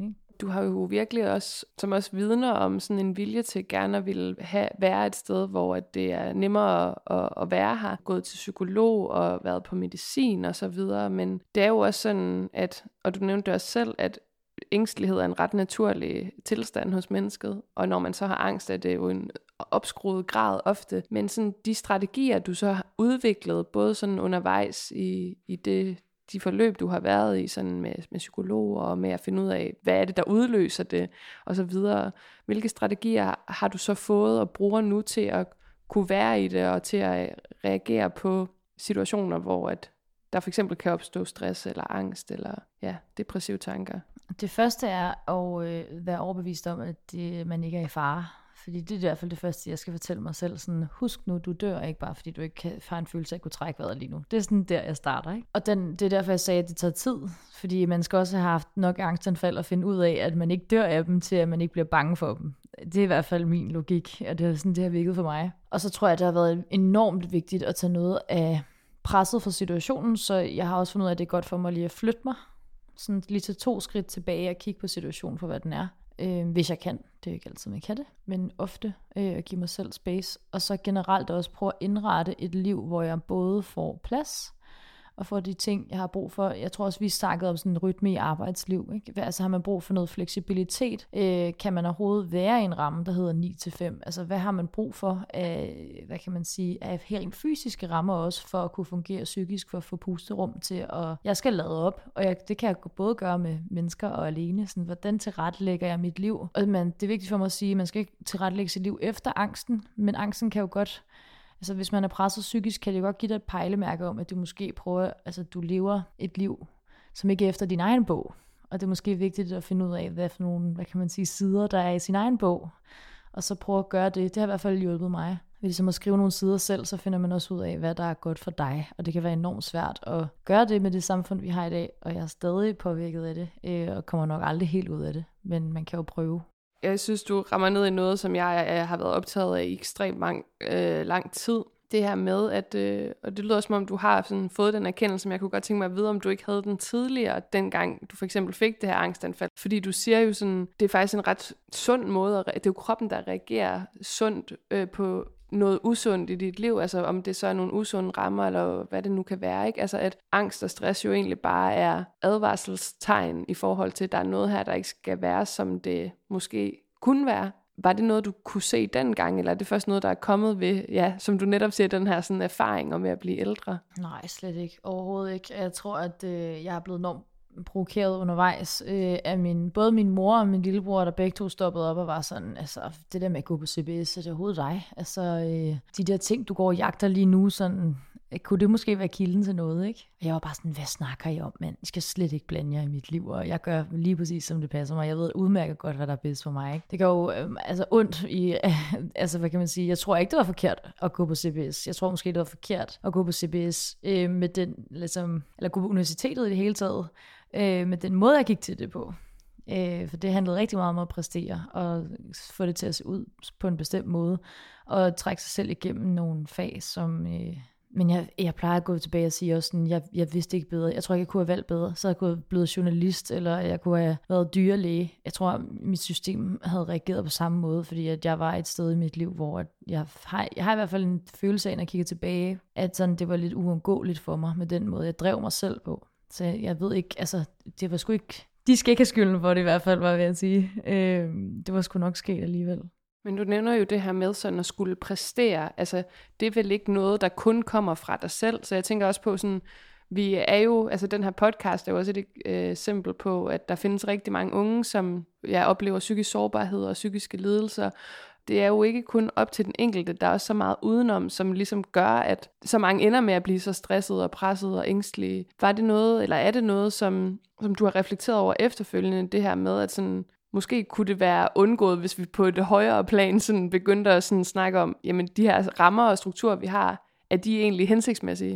du har jo virkelig også, som også vidner om sådan en vilje til gerne at ville have, være et sted, hvor at det er nemmere at, at være her. Gået til psykolog og været på medicin og så videre, men det er jo også sådan, at, og du nævnte også selv, at ængstelighed er en ret naturlig tilstand hos mennesket, og når man så har angst, er det jo en opskruet grad ofte, men sådan de strategier, du så har udviklet, både sådan undervejs i, i det, de forløb, du har været i sådan med, med psykologer og med at finde ud af, hvad er det, der udløser det, og så videre. Hvilke strategier har du så fået og bruger nu til at kunne være i det, og til at reagere på situationer, hvor at der for eksempel kan opstå stress eller angst eller ja, depressive tanker? Det første er at øh, være overbevist om, at det, man ikke er i fare. Fordi det er i hvert fald det første, jeg skal fortælle mig selv. Sådan, husk nu, du dør ikke bare, fordi du ikke kan, har en følelse af at kunne trække vejret lige nu. Det er sådan der, jeg starter. Ikke? Og den, det er derfor, jeg sagde, at det tager tid. Fordi man skal også have haft nok angstanfald og finde ud af, at man ikke dør af dem, til at man ikke bliver bange for dem. Det er i hvert fald min logik, og det er sådan, det har virket for mig. Og så tror jeg, at det har været enormt vigtigt at tage noget af presset fra situationen, så jeg har også fundet ud af, at det er godt for mig lige at flytte mig. Sådan lige til to skridt tilbage og kigge på situationen for, hvad den er. Øh, hvis jeg kan. Det er jo ikke altid, man kan det. Men ofte øh, at give mig selv space. Og så generelt også prøve at indrette et liv, hvor jeg både får plads og får de ting, jeg har brug for. Jeg tror også, vi snakkede om sådan en rytme i arbejdsliv. Ikke? Altså har man brug for noget fleksibilitet? Øh, kan man overhovedet være i en ramme, der hedder ni til fem? Altså hvad har man brug for af, hvad kan man sige, af helt fysiske rammer også, for at kunne fungere psykisk, for at få pusterum til, og jeg skal lade op, og jeg, det kan jeg både gøre med mennesker og alene. Sådan, hvordan tilrettelægger jeg mit liv? Og man, det er vigtigt for mig at sige, at man skal ikke tilrettelægge sit liv efter angsten, men angsten kan jo godt. Altså hvis man er presset psykisk, kan det godt give dig et pejlemærke om, at du måske prøver, altså du lever et liv, som ikke er efter din egen bog. Og det er måske vigtigt at finde ud af, hvad for nogle, hvad kan man sige, sider, der er i sin egen bog. Og så prøve at gøre det. Det har i hvert fald hjulpet mig. Ved ligesom at skrive nogle sider selv, så finder man også ud af, hvad der er godt for dig. Og det kan være enormt svært at gøre det med det samfund, vi har i dag. Og jeg er stadig påvirket af det, øh, og kommer nok aldrig helt ud af det. Men man kan jo prøve. Jeg synes, du rammer ned i noget, som jeg, jeg har været optaget af i ekstremt lang, øh, lang tid. Det her med, at, øh, og det lyder som om, du har sådan fået den erkendelse, som jeg kunne godt tænke mig at vide, om du ikke havde den tidligere, dengang du for eksempel fik det her angstanfald. Fordi du siger jo sådan, det er faktisk en ret sund måde, at, det er jo kroppen, der reagerer sundt øh, på noget usundt i dit liv, altså om det så er nogle usunde rammer, eller hvad det nu kan være, ikke? Altså at angst og stress jo egentlig bare er advarselstegn i forhold til, at der er noget her, der ikke skal være, som det måske kunne være. Var det noget, du kunne se dengang, eller er det først noget, der er kommet ved, ja, som du netop siger, den her sådan erfaring om at blive ældre? Nej, slet ikke. Overhovedet ikke. Jeg tror, at øh, jeg er blevet enormt provokeret undervejs øh, af min, både min mor og min lillebror, der begge to stoppede op og var sådan, altså det der med at gå på C B S, er det overhovedet dig? Altså øh, de der ting, du går og jagter lige nu, sådan, kunne det måske være kilden til noget, ikke? Og jeg var bare sådan, hvad snakker I om, mand? I skal slet ikke blande jer i mit liv, og jeg gør lige præcis, som det passer mig. Jeg ved udmærket godt, hvad der er bedst for mig, ikke? Det gør jo øh, altså ondt i, øh, altså hvad kan man sige, jeg tror ikke, det var forkert at gå på C B S. Jeg tror måske, det var forkert at gå på C B S øh, med den, ligesom, eller gå på universitetet i det hele taget, øh, med den måde, jeg gik til det på. Øh, for det handlede rigtig meget om at præstere, og få det til at se ud på en bestemt måde, og trække sig selv igennem nogle fag, som... Øh, Men jeg, jeg plejer at gå tilbage og sige også sådan, jeg, jeg vidste ikke bedre. Jeg tror ikke, jeg kunne have valgt bedre. Så jeg kunne have blevet journalist, eller jeg kunne have været dyrlæge. Jeg tror, mit system havde reageret på samme måde, fordi at jeg var et sted i mit liv, hvor jeg har, jeg har i hvert fald en følelse af, når jeg kigger tilbage, at sådan, det var lidt uundgåeligt for mig med den måde, jeg drev mig selv på. Så jeg ved ikke, altså, det var sgu ikke... De skal ikke have skylden for det i hvert fald, var jeg ved at sige. Øh, det var sgu nok sket alligevel. Men du nævner jo det her med sådan at skulle præstere. Altså, det er vel ikke noget, der kun kommer fra dig selv. Så jeg tænker også på sådan, vi er jo, altså den her podcast er jo også et øh, eksempel på, at der findes rigtig mange unge, som ja, oplever psykisk sårbarhed og psykiske lidelser. Det er jo ikke kun op til den enkelte, der er også så meget udenom, som ligesom gør, at så mange ender med at blive så stresset og presset og ængstelige. Var det noget, eller er det noget, som, som du har reflekteret over efterfølgende, det her med, at sådan... Måske kunne det være undgået, hvis vi på et højere plan sådan begyndte at sådan snakke om, jamen de her rammer og strukturer, vi har, er de egentlig hensigtsmæssige?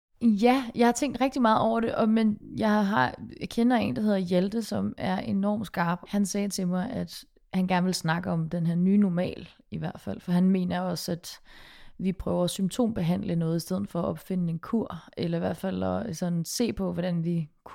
Ja, jeg har tænkt rigtig meget over det, og, men jeg, har, jeg kender en, der hedder Hjalte, som er enormt skarp. Han sagde til mig, at han gerne vil snakke om den her nye normal, i hvert fald. For han mener også, at vi prøver at symptombehandle noget, i stedet for at opfinde en kur, eller i hvert fald at sådan se på, hvordan vi kunne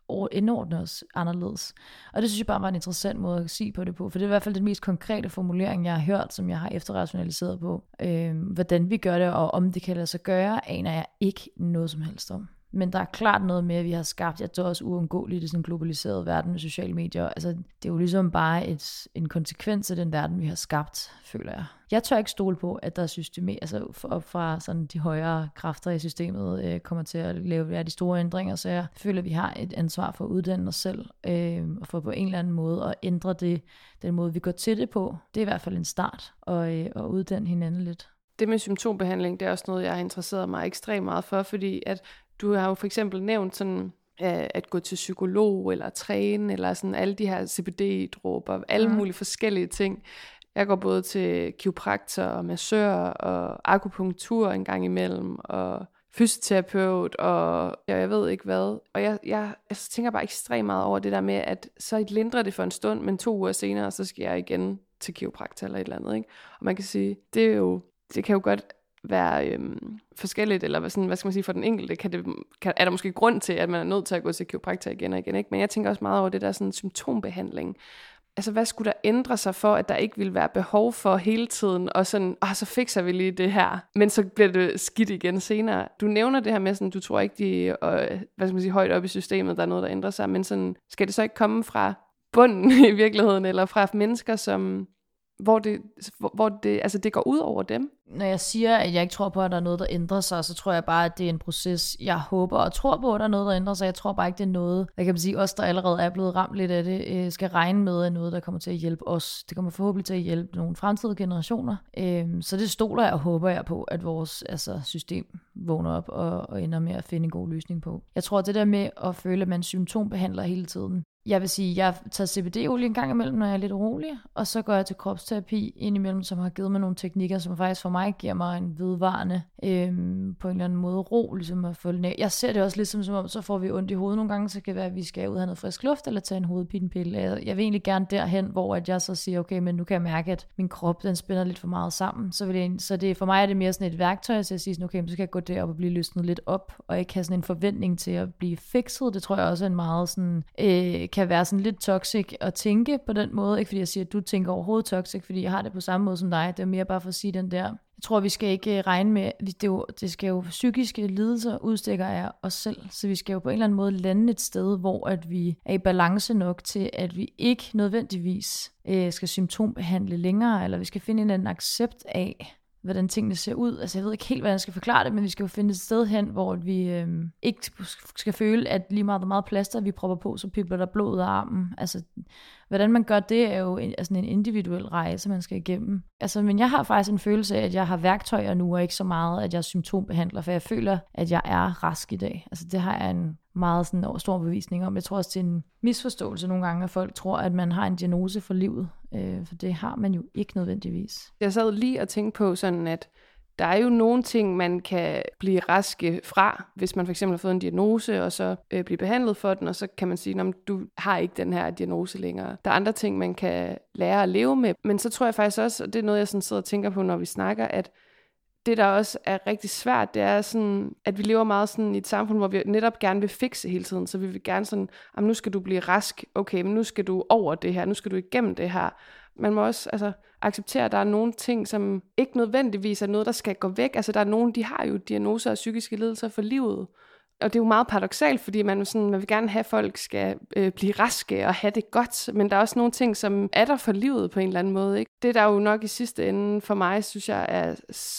indordne os anderledes. Og det synes jeg bare var en interessant måde at sige på det på, for det er i hvert fald den mest konkrete formulering, jeg har hørt, som jeg har efterrationaliseret på. Øh, hvordan vi gør det, og om det kan lade sig gøre, aner jeg ikke noget som helst om. Men der er klart noget med, at vi har skabt, jeg tror også uundgåeligt i sådan en globaliseret verden med sociale medier. Altså, det er jo ligesom bare et, en konsekvens af den verden, vi har skabt, føler jeg. Jeg tør ikke stole på, at der er systemer, altså op fra sådan de højere kræfter i systemet, øh, kommer til at lave de store ændringer. Så jeg føler, at vi har et ansvar for at uddanne os selv, øh, og for på en eller anden måde at ændre det, den måde, vi går til det på. Det er i hvert fald en start, og øh, at uddanne hinanden lidt. Det med symptombehandling, det er også noget, jeg har interesseret mig ekstremt meget for, fordi at du har jo for eksempel nævnt sådan, at gå til psykolog eller træne, eller sådan alle de her C B D-dråber, alle mulige forskellige ting. Jeg går både til kiropraktor og massør og akupunktur en gang imellem, og fysioterapeut, og jeg ved ikke hvad. Og jeg, jeg, jeg tænker bare ekstremt meget over det der med, at så lindrer det for en stund, men to uger senere, så skal jeg igen til kiropraktor eller et eller andet. Ikke? Og man kan sige, det er jo, det kan jo godt være øhm, forskelligt, eller sådan, hvad skal man sige, for den enkelte, kan det, kan, er der måske grund til, at man er nødt til at gå til kiropraktor igen og igen, ikke? Men jeg tænker også meget over det der sådan symptombehandling. Altså, hvad skulle der ændre sig for, at der ikke ville være behov for hele tiden, og sådan, ah, så fikser vi lige det her, men så bliver det skidt igen senere. Du nævner det her med, sådan, du tror ikke, de øh, hvad skal man sige, højt op i systemet, der er noget, der ændrer sig, men sådan, skal det så ikke komme fra bunden i virkeligheden, eller fra mennesker, som hvor det, hvor det, altså det går ud over dem? Når jeg siger, at jeg ikke tror på, at der er noget, der ændrer sig, så tror jeg bare, at det er en proces, jeg håber og tror på, at der er noget, der ændrer sig. Jeg tror bare ikke, det er noget, der kan man sige, os, der allerede er blevet ramt lidt af det, skal regne med, at noget, der kommer til at hjælpe os. Det kommer forhåbentlig til at hjælpe nogle fremtidige generationer. Så det stoler jeg og håber jeg på, at vores altså, system vågner op og, og ender med at finde en god løsning på. Jeg tror, det der med at føle, at man symptombehandler hele tiden. Jeg vil sige, jeg tager C B D-olie en gang imellem, når jeg er lidt urolig, og så går jeg til kropsterapi indimellem, som har givet mig nogle teknikker, som faktisk for mig giver mig en vedvarende, øhm, på en eller anden måde ro, ligesom at følge ned. Jeg ser det også lidt som, som om, så får vi ondt i hovedet nogle gange, så kan det være, at vi skal ud have noget frisk luft, eller tage en hovedpinepille. Jeg, jeg vil egentlig gerne derhen, hvor at jeg så siger, okay, men nu kan jeg mærke, at min krop, den spænder lidt for meget sammen. Så, vil jeg, så det, for mig er det mere sådan et værktøj, så jeg siger, okay, så kan jeg gå derop og blive løsnet lidt op, og ikke have sådan en forventning til at blive fikset. Det tror jeg også er en meget sådan, øh, kan være sådan lidt toxic at tænke på den måde. Ikke fordi jeg siger, at du tænker overhovedet toxic, fordi jeg har det på samme måde som dig. Det er mere bare for at sige den der. Jeg tror, vi skal ikke regne med, det, jo, det skal jo psykiske lidelser udstikker af os selv, så vi skal jo på en eller anden måde lande et sted, hvor at vi er i balance nok til, at vi ikke nødvendigvis øh, skal symptombehandle længere, eller vi skal finde en anden accept af, hvordan tingene ser ud. Altså jeg ved ikke helt, hvordan jeg skal forklare det, men vi skal jo finde et sted hen, hvor vi øh, ikke skal føle, at lige meget, hvor meget plaster vi propper på, så pibler der blod ud af armen. Altså, hvordan man gør det, er jo en, altså en individuel rejse, man skal igennem. Altså, men jeg har faktisk en følelse af, at jeg har værktøjer nu, og ikke så meget, at jeg er symptombehandler, for jeg føler, at jeg er rask i dag. Altså det har jeg en meget sådan, stor bevisning om. Jeg tror også, det er en misforståelse nogle gange, at folk tror, at man har en diagnose for livet. Øh, for det har man jo ikke nødvendigvis. Jeg sad lige og tænkte på sådan, at der er jo nogle ting, man kan blive raske fra, hvis man for eksempel har fået en diagnose, og så øh, blive behandlet for den, og så kan man sige, at du har ikke den her diagnose længere. Der er andre ting, man kan lære at leve med. Men så tror jeg faktisk også, og det er noget, jeg sådan sidder og tænker på, når vi snakker, at det, der også er rigtig svært, det er sådan, at vi lever meget sådan i et samfund, hvor vi netop gerne vil fikse hele tiden. Så vi vil gerne sådan, nu skal du blive rask, okay, men nu skal du over det her, nu skal du igennem det her. Man må også altså, acceptere, at der er nogle ting, som ikke nødvendigvis er noget, der skal gå væk. Altså der er nogen, de har jo diagnoser af psykiske lidelser for livet. Og det er jo meget paradoksalt, fordi man, sådan, man vil gerne have, at folk skal øh, blive raske og have det godt. Men der er også nogle ting, som er der for livet på en eller anden måde. Ikke? Det, der jo nok i sidste ende for mig, synes jeg er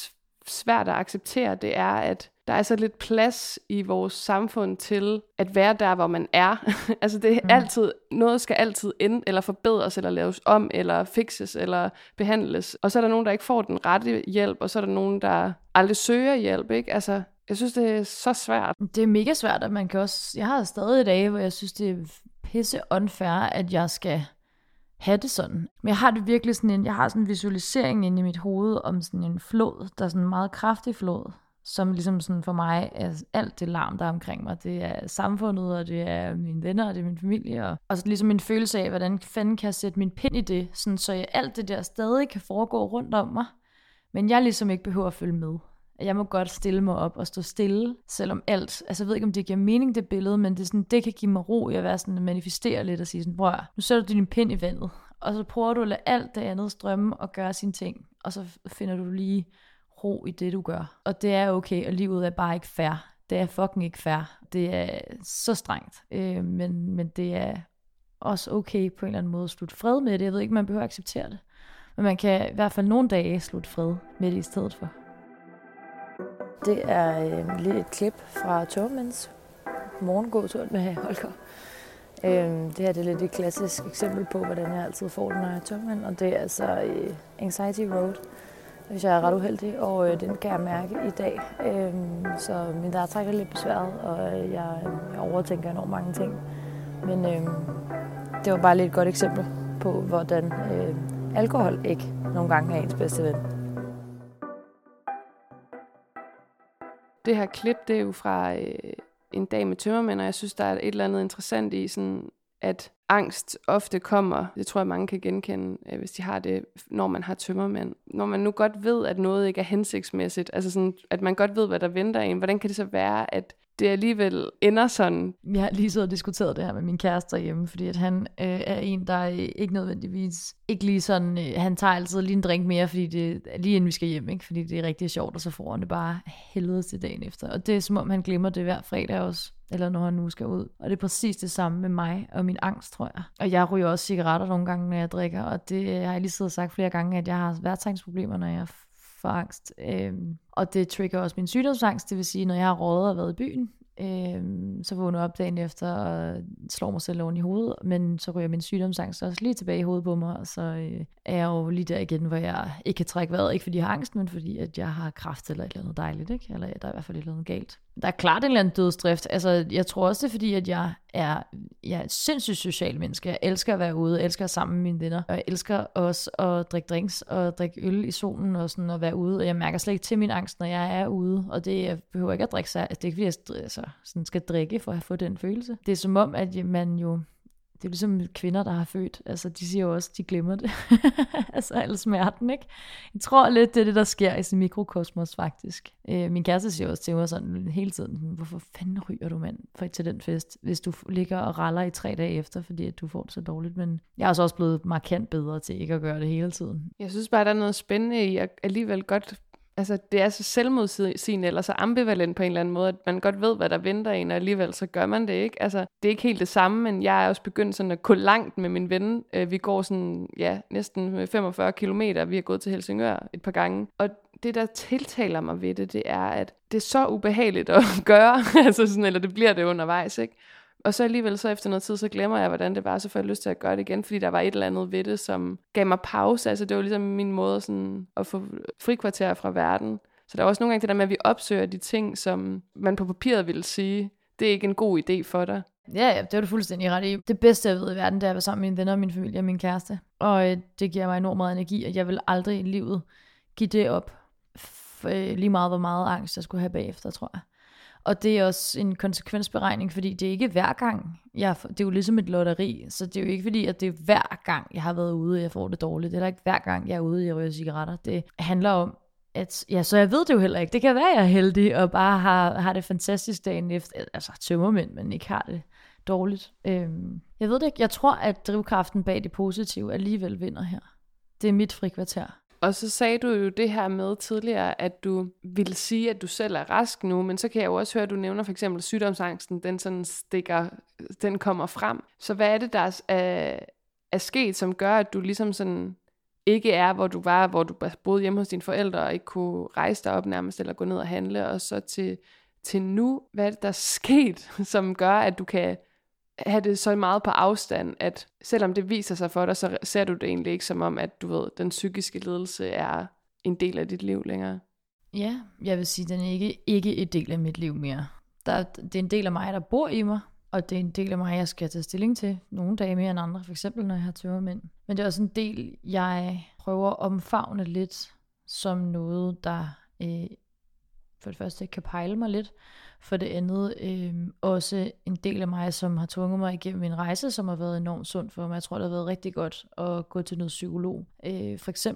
svært at acceptere, det er, at der er så lidt plads i vores samfund til at være der, hvor man er. altså det er mm. altid, noget skal altid ende, eller forbedres, eller laves om, eller fikses, eller behandles. Og så er der nogen, der ikke får den rette hjælp, og så er der nogen, der aldrig søger hjælp, ikke? Altså, jeg synes, det er så svært. Det er mega svært, at man kan også... Jeg har stadig dage, hvor jeg synes, det er pisse unfair, at jeg skal have det sådan. Men jeg har det virkelig sådan en... Jeg har sådan en visualisering inde i mit hoved om sådan en flod, der er sådan en meget kraftig flod, som ligesom sådan for mig er alt det larm, der er omkring mig. Det er samfundet, og det er mine venner, og det er min familie. Og, og så ligesom en følelse af, hvordan fanden kan jeg sætte min pind i det, sådan, så jeg alt det der stadig kan foregå rundt om mig, men jeg ligesom ikke behøver at følge med. Jeg må godt stille mig op og stå stille, selvom alt, altså jeg ved ikke, om det giver mening, det billede, men det, er sådan, det kan give mig ro i at være sådan, at manifestere lidt og sige sådan, bror, nu sætter du din pind i vandet, og så prøver du at lade alt det andet strømme og gøre sine ting, og så finder du lige ro i det, du gør. Og det er okay, og livet er bare ikke fair. Det er fucking ikke fair. Det er så strengt, øh, men, men det er også okay på en eller anden måde at slutte fred med det. Jeg ved ikke, man behøver at acceptere det. Men man kan i hvert fald nogle dage slutte fred med det i stedet for. Det er øh, lidt et klip fra Tømmermænds morgengåtur med Holger. Øh, det her det er lidt et klassisk eksempel på, hvordan jeg altid får det, når jeg er tømmermænd. Og det er altså øh, Anxiety Road, hvis jeg er ret uheldig, og øh, den kan jeg mærke i dag. Øh, så min der trækker lidt besværet, og øh, jeg, jeg overtænker enormt mange ting. Men øh, det var bare lidt et godt eksempel på, hvordan øh, alkohol ikke nogle gange er ens bedste ven. Det her klip, det er jo fra øh, en dag med tømmermænd, og jeg synes, der er et eller andet interessant i, sådan, at angst ofte kommer, det tror jeg mange kan genkende, øh, hvis de har det, når man har tømmermænd. Når man nu godt ved, at noget ikke er hensigtsmæssigt, altså sådan, at man godt ved, hvad der venter en, hvordan kan det så være, at det alligevel ender sådan? Jeg har lige så diskuteret det her med min kæreste derhjemme, fordi at han øh, er en, der ikke nødvendigvis, ikke lige sådan, øh, han tager altid lige en drink mere, fordi det lige inden vi skal hjem, ikke? Fordi det er rigtig sjovt, og så får han det bare helvede til dagen efter. Og det er som om, han glemmer det hver fredag også, eller når han nu skal ud. Og det er præcis det samme med mig og min angst, tror jeg. Og jeg ryger også cigaretter nogle gange, når jeg drikker, og det har jeg lige siddet og sagt flere gange, at jeg har værtstegnsproblemer, når jeg for angst. Øhm, og det trigger også min sygdomsangst, det vil sige, når jeg har rådet og været i byen, øhm, så vågner jeg op dagen efter og slår mig selv oven i hovedet, men så ryger min sygdomsangst også lige tilbage i hovedet på mig, og så øh, er jeg jo lige der igen, hvor jeg ikke kan trække vejret, ikke fordi jeg har angst, men fordi at jeg har kræft eller et eller andet dejligt, ikke? Eller der er i hvert fald et eller andet galt. Der er klart en eller anden dødsdrift. Altså, jeg tror også, det er fordi, at jeg er, jeg er et sindssygt social menneske. Jeg elsker at være ude, jeg elsker sammen med mine venner, og jeg elsker også at drikke drinks og drikke øl i solen og sådan at være ude. Og jeg mærker slet ikke til min angst, når jeg er ude, og det jeg behøver ikke at drikke sig. Altså, det er ikke fordi, jeg altså, sådan skal drikke for at få den følelse. Det er som om, at man jo... Det er ligesom kvinder, der har født. Altså, de siger jo også, de glemmer det. altså, al smerten, ikke? Jeg tror lidt, det er det, der sker i sin mikrokosmos, faktisk. Øh, min kæreste siger også til mig sådan hele tiden, hvorfor fanden ryger du, mand, for til den fest, hvis du ligger og raller i tre dage efter, fordi at du får det så dårligt. Men jeg er også, også blevet markant bedre til ikke at gøre det hele tiden. Jeg synes bare, der er noget spændende i at alligevel godt... Altså, det er så selvmodsigende, eller så ambivalent på en eller anden måde, at man godt ved, hvad der venter en, og alligevel så gør man det ikke. Altså, det er ikke helt det samme, men jeg er også begyndt sådan at gå langt med min ven. Vi går sådan, ja, næsten femogfyrre kilometer. Vi har gået til Helsingør et par gange. Og det, der tiltaler mig ved det, det er, at det er så ubehageligt at gøre. altså sådan, eller det bliver det undervejs, ikke? Og så alligevel så efter noget tid, så glemmer jeg, hvordan det var, så får jeg lyst til at gøre det igen, fordi der var et eller andet ved det, som gav mig pause. Altså det var ligesom min måde sådan, at få frikvarter fra verden. Så der er også nogle gange det der med, at vi opsøger de ting, som man på papiret ville sige, det er ikke en god idé for dig. Ja, ja, det var du fuldstændig ret i. Det bedste, jeg ved i verden, det er at være sammen med mine venner, min familie og min kæreste. Og øh, det giver mig enormt meget energi, og jeg vil aldrig i livet give det op. For, øh, lige meget, hvor meget angst jeg skulle have bagefter, tror jeg. Og det er også en konsekvensberegning, fordi det er ikke hver gang, jeg, det er jo ligesom et lotteri, så det er jo ikke fordi, at det er hver gang, jeg har været ude, og jeg får det dårligt. Det er ikke hver gang, jeg er ude, og jeg ryger cigaretter. Det handler om, at, ja, så jeg ved det jo heller ikke. Det kan være, at jeg er heldig, og bare har, har det fantastisk dagen efter, altså tømmermænd, men ikke har det dårligt. Øhm, jeg ved det ikke. Jeg tror, at drivkraften bag det positive alligevel vinder her. Det er mit frikvarter. Og så sagde du jo det her med tidligere, at du ville sige, at du selv er rask nu, men så kan jeg jo også høre, at du nævner for eksempel sygdomsangsten, den sådan stikker, den kommer frem. Så hvad er det, der er, er sket, som gør, at du ligesom sådan ikke er, hvor du var, hvor du boede hjemme hos dine forældre og ikke kunne rejse dig op nærmest, eller gå ned og handle, og så til, til nu, hvad er det, der er sket, som gør, at du kan have det så meget på afstand, at selvom det viser sig for dig, så ser du det egentlig ikke som om, at du ved, den psykiske lidelse er en del af dit liv længere. Ja, jeg vil sige, den er ikke, ikke et del af mit liv mere. Der, det er en del af mig, der bor i mig, og det er en del af mig, jeg skal tage stilling til nogle dage mere end andre, for eksempel når jeg har tømmermænd. Men det er også en del, jeg prøver at omfavne lidt som noget, der øh, for det første kan pejle mig lidt, for det andet øh, også en del af mig, som har tvunget mig igennem en rejse, som har været enormt sund for mig. Jeg tror, det har været rigtig godt at gå til noget psykolog. Øh, for eksempel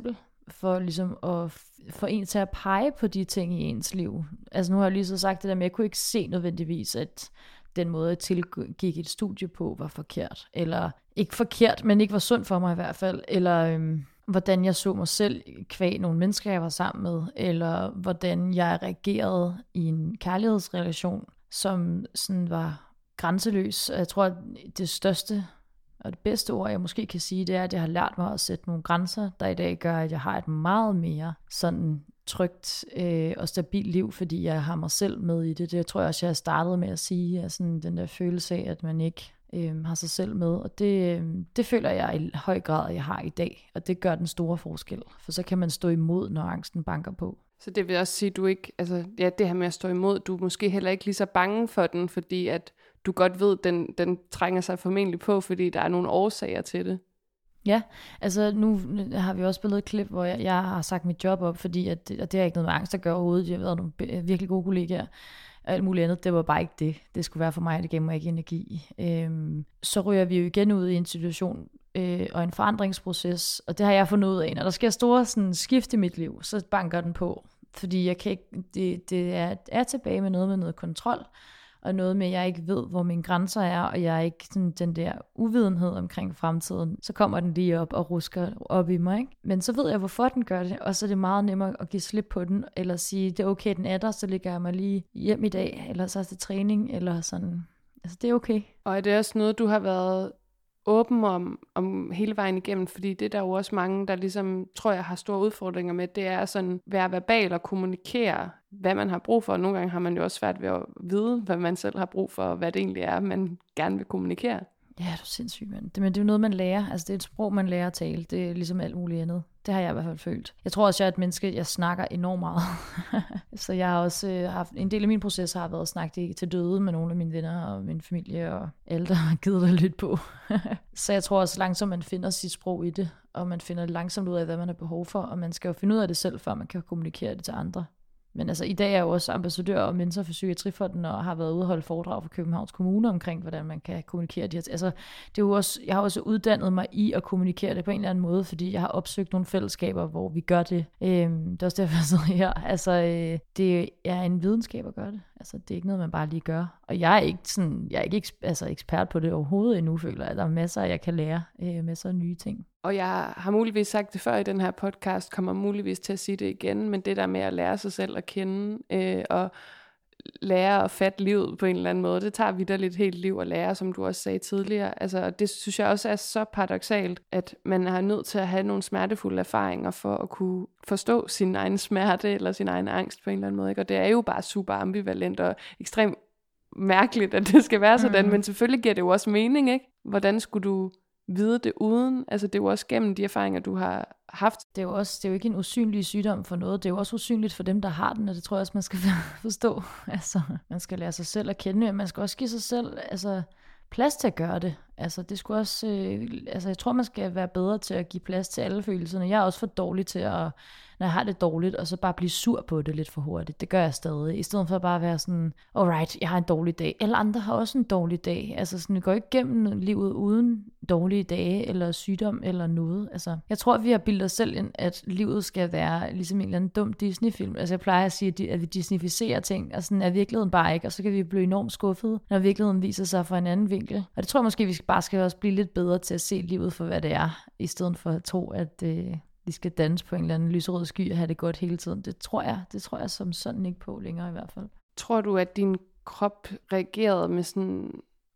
for ligesom at få en til at pege på de ting i ens liv. Altså nu har jeg lige så sagt det der med, at jeg kunne ikke se nødvendigvis, at den måde, jeg tilgik et studie på, var forkert. Eller ikke forkert, men ikke var sundt for mig i hvert fald. Eller øhm, hvordan jeg så mig selv kvæg nogle mennesker, jeg var sammen med. Eller hvordan jeg reagerede i en kærlighedsrelation, som sådan var grænseløs. Jeg tror, at det største og det bedste ord, jeg måske kan sige, det er, at jeg har lært mig at sætte nogle grænser, der i dag gør, at jeg har et meget mere sådan trygt øh, og stabilt liv, fordi jeg har mig selv med i det. Det tror jeg også, jeg startede med at sige, at sådan den der følelse af, at man ikke øh, har sig selv med. Og det, øh, det føler jeg i høj grad, at jeg har i dag. Og det gør den store forskel. For så kan man stå imod, når angsten banker på. Så det vil også sige, at du ikke, altså ja, det her med at stå imod, du er måske heller ikke lige så bange for den, fordi at du godt ved, at den, den trænger sig formentlig på, fordi der er nogle årsager til det. Ja, altså nu har vi også spillet et klip, hvor jeg, jeg har sagt mit job op, fordi at det, og det har ikke noget med angst at gøre overhovedet. Jeg har været nogle virkelig gode kollegaer og alt muligt andet. Det var bare ikke det. Det skulle være for mig, det gav mig ikke energi. Øhm, så ryger vi jo igen ud i en situation øh, og en forandringsproces, og det har jeg fundet ud af. Når der sker store sådan, skift i mit liv, så banker den på. Fordi jeg kan ikke, det, det er, er tilbage med noget med noget kontrol, og noget med, at jeg ikke ved, hvor mine grænser er, og jeg er ikke sådan den der uvidenhed omkring fremtiden. Så kommer den lige op og rusker op i mig, ikke? Men så ved jeg, hvorfor den gør det, og så er det meget nemmere at give slip på den, eller sige, det er okay, den er der, så ligger jeg mig lige hjem i dag, eller så er det træning, eller sådan. Altså, det er okay. Og er det også noget, du har været åben om, om hele vejen igennem, fordi det er der jo også mange, der ligesom, tror jeg, har store udfordringer med, det er sådan, være verbal og kommunikere, hvad man har brug for. Nogle gange har man jo også svært ved at vide, hvad man selv har brug for, og hvad det egentlig er, man gerne vil kommunikere. Ja, det er sindssygt, mand. Det, men det er jo noget, man lærer. Altså, det er et sprog, man lærer at tale. Det er ligesom alt muligt andet. Det har jeg i hvert fald følt. Jeg tror også, jeg er et menneske, jeg snakker enormt meget. Så jeg har også øh, haft, en del af min proces har været at snakke til døde med nogle af mine venner og min familie og alle, der har givet at lytte på. Så jeg tror også langsomt, man finder sit sprog i det, og man finder langsomt ud af, hvad man har behov for, og man skal jo finde ud af det selv, før man kan kommunikere det til andre. Men altså, i dag er jeg jo også ambassadør og mentor for Psykiatrifonden, og har været ude og holde foredrag for Københavns Kommune omkring, hvordan man kan kommunikere det her. Altså, det er jo også, jeg har også uddannet mig i at kommunikere det på en eller anden måde, fordi jeg har opsøgt nogle fællesskaber, hvor vi gør det. Øhm, det er også derfor, jeg sidder her. Altså, øh, det er en videnskab at gøre det. Altså, det er ikke noget, man bare lige gør. Og jeg er ikke, sådan, jeg er ikke eks- altså, ekspert på det overhovedet endnu, føler jeg. Der er masser, jeg kan lære. Øh, masser af nye ting. Og jeg har muligvis sagt det før i den her podcast, kommer muligvis til at sige det igen, men det der med at lære sig selv at kende, øh, og lære at fatte livet på en eller anden måde, det tager vitterligt helt liv at lære, som du også sagde tidligere. Altså, det synes jeg også er så paradoksalt, at man er nødt til at have nogle smertefulde erfaringer for at kunne forstå sin egen smerte eller sin egen angst på en eller anden måde. Ikke? Og det er jo bare super ambivalent og ekstremt mærkeligt, at det skal være sådan, mm. men selvfølgelig giver det jo også mening, ikke? Hvordan skulle du vide det uden? Altså det er jo også gennem de erfaringer, du har haft. Det er jo også, det er jo ikke en usynlig sygdom for noget. Det er jo også usynligt for dem, der har den, og det tror jeg også, man skal forstå. Altså, man skal lære sig selv at kende, men man skal også give sig selv altså, plads til at gøre det. Altså, det skulle også, øh, altså, jeg tror, man skal være bedre til at give plads til alle følelserne. Jeg er også for dårlig til at, når jeg har det dårligt, og så bare blive sur på det lidt for hurtigt. Det gør jeg stadig. I stedet for bare at være sådan, alright, jeg har en dårlig dag. Alle andre har også en dårlig dag. Altså, sådan, vi går ikke igennem livet uden dårlige dage, eller sygdom, eller noget. Altså, jeg tror, vi har bildet os selv ind, at livet skal være ligesom en eller anden dum Disney-film. Altså, jeg plejer at sige, at vi disneyficerer ting, og sådan er virkeligheden bare ikke, og så kan vi blive enormt skuffede, når virkeligheden viser sig fra en anden vinkel. Og det tror jeg måske, vi skal bare skal også blive lidt bedre til at se livet for, hvad det er, i stedet for at tro, at øh, vi skal danse på en eller anden lyserød sky og have det godt hele tiden. Det tror jeg, det tror jeg som sådan ikke på længere i hvert fald. Tror du, at din krop reagerede med sådan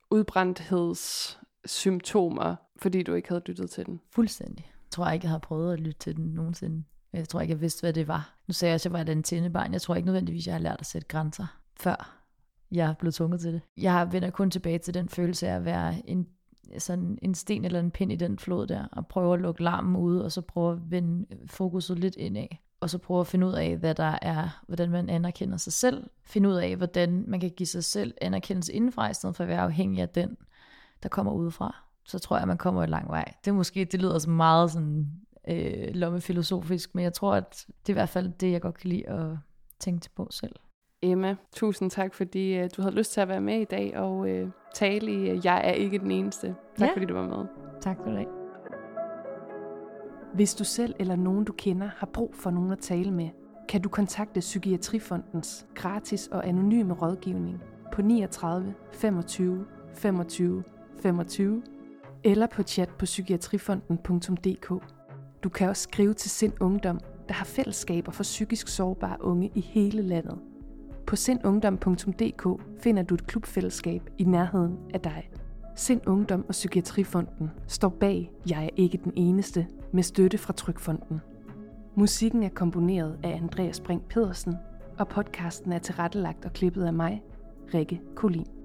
udbrændthedssymptomer, fordi du ikke havde lyttet til den? Fuldstændig. Jeg tror ikke, jeg havde prøvet at lytte til den nogensinde. Jeg tror ikke, jeg vidste, hvad det var. Nu sagde jeg også, at jeg var et antennebarn. Jeg tror ikke nødvendigvis, jeg har lært at sætte grænser, før jeg er blevet tvunget til det. Jeg vender kun tilbage til den følelse af at være en sådan en sten eller en pind i den flod der, og prøve at lukke larmen ude, og så prøve at vende fokuset lidt indad, og så prøve at finde ud af, hvad der er, hvordan man anerkender sig selv, finde ud af, hvordan man kan give sig selv anerkendelse indenfra, i stedet for at være afhængig af den, der kommer udefra. Så tror jeg, at man kommer et lang vej. Det er måske, det lyder så meget sådan øh, lommefilosofisk, men jeg tror, at det er i hvert fald det, jeg godt kan lide at tænke på selv. Emma, tusind tak, fordi uh, du havde lyst til at være med i dag og uh, tale i uh, Jeg er ikke den eneste. Tak, ja. Fordi du var med. Tak for det. Hvis du selv eller nogen du kender har brug for nogen at tale med, kan du kontakte Psykiatrifondens gratis og anonyme rådgivning på niogtredive femogtyve femogtyve femogtyve eller på chat på psykiatrifonden punktum d k. Du kan også skrive til Sind Ungdom, der har fællesskaber for psykisk sårbare unge i hele landet. På sind ungdom punktum d k finder du et klubfællesskab i nærheden af dig. Sind Ungdom og Psykiatrifonden står bag Jeg er ikke den eneste med støtte fra Trygfonden. Musikken er komponeret af Andreas Brink Pedersen, og podcasten er tilrettelagt og klippet af mig, Rikke Collin.